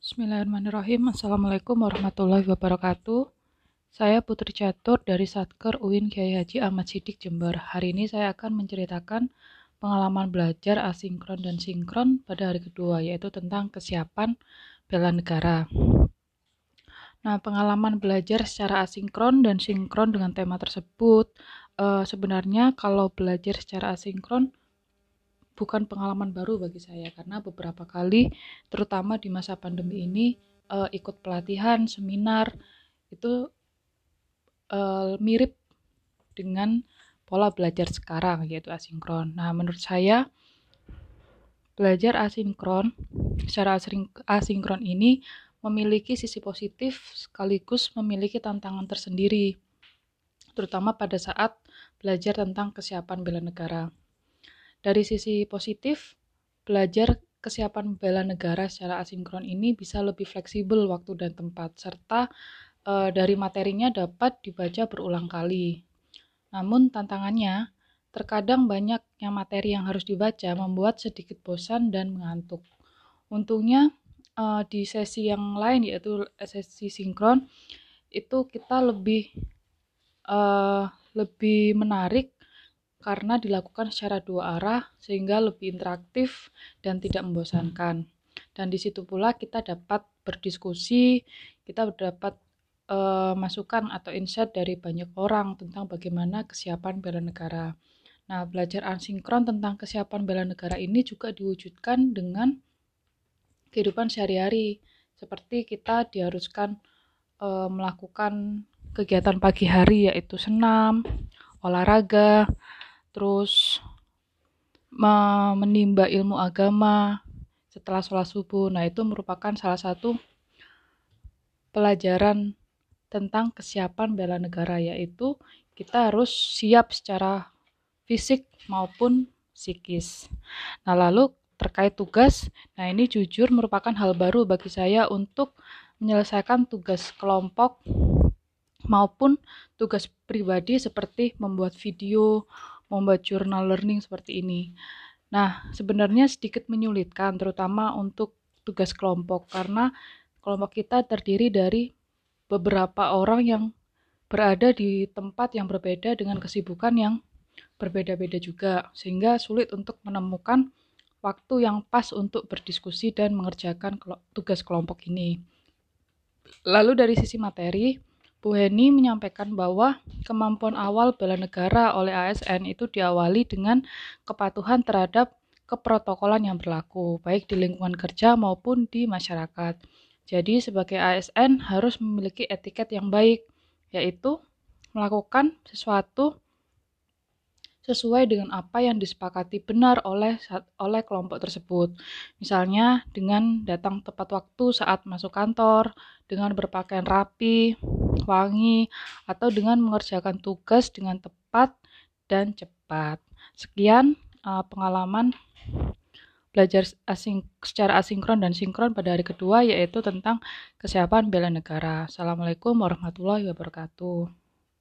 Bismillahirrahmanirrahim. Assalamualaikum warahmatullahi wabarakatuh. Saya Putri Catur dari Satker UIN Kiai Haji Ahmad Siddiq Jember. Hari ini saya akan menceritakan pengalaman belajar asinkron dan sinkron pada hari kedua, yaitu tentang kesiapan bela negara. Nah, pengalaman belajar secara asinkron dan sinkron dengan tema tersebut, sebenarnya kalau belajar secara asinkron bukan pengalaman baru bagi saya, karena beberapa kali, terutama di masa pandemi ini, ikut pelatihan, seminar, itu mirip dengan pola belajar sekarang, yaitu asinkron. Nah, menurut saya, belajar asinkron, secara asinkron ini memiliki sisi positif sekaligus memiliki tantangan tersendiri, terutama pada saat belajar tentang kesiapan bela negara. Dari sisi positif, belajar kesiapan bela negara secara asinkron ini bisa lebih fleksibel waktu dan tempat, serta dari materinya dapat dibaca berulang kali. Namun tantangannya, terkadang banyaknya materi yang harus dibaca membuat sedikit bosan dan mengantuk. Untungnya di sesi yang lain, yaitu sesi sinkron, itu kita lebih menarik karena dilakukan secara dua arah sehingga lebih interaktif dan tidak membosankan. Dan di situ pula kita dapat berdiskusi, kita dapat masukan atau insight dari banyak orang tentang bagaimana kesiapan bela negara. Nah, belajar asinkron tentang kesiapan bela negara ini juga diwujudkan dengan kehidupan sehari-hari, seperti kita diharuskan melakukan kegiatan pagi hari, yaitu senam, olahraga, terus menimba ilmu agama setelah sholat subuh. Nah, itu merupakan salah satu pelajaran tentang kesiapan bela negara, yaitu kita harus siap secara fisik maupun psikis. Nah, lalu terkait tugas, nah ini jujur merupakan hal baru bagi saya untuk menyelesaikan tugas kelompok maupun tugas pribadi seperti membuat video, membuat jurnal learning seperti ini. Nah, sebenarnya sedikit menyulitkan, terutama untuk tugas kelompok, karena kelompok kita terdiri dari beberapa orang yang berada di tempat yang berbeda dengan kesibukan yang berbeda-beda juga, sehingga sulit untuk menemukan waktu yang pas untuk berdiskusi dan mengerjakan tugas kelompok ini. Lalu dari sisi materi, Bu Heni menyampaikan bahwa kemampuan awal bela negara oleh ASN itu diawali dengan kepatuhan terhadap keprotokolan yang berlaku, baik di lingkungan kerja maupun di masyarakat. Jadi sebagai ASN harus memiliki etiket yang baik, yaitu melakukan sesuatu sesuai dengan apa yang disepakati benar oleh kelompok tersebut. Misalnya dengan datang tepat waktu saat masuk kantor, dengan berpakaian rapi, wangi, atau dengan mengerjakan tugas dengan tepat dan cepat. Sekian pengalaman belajar secara asinkron dan sinkron pada hari kedua, yaitu tentang kesiapan bela negara. Assalamualaikum warahmatullahi wabarakatuh.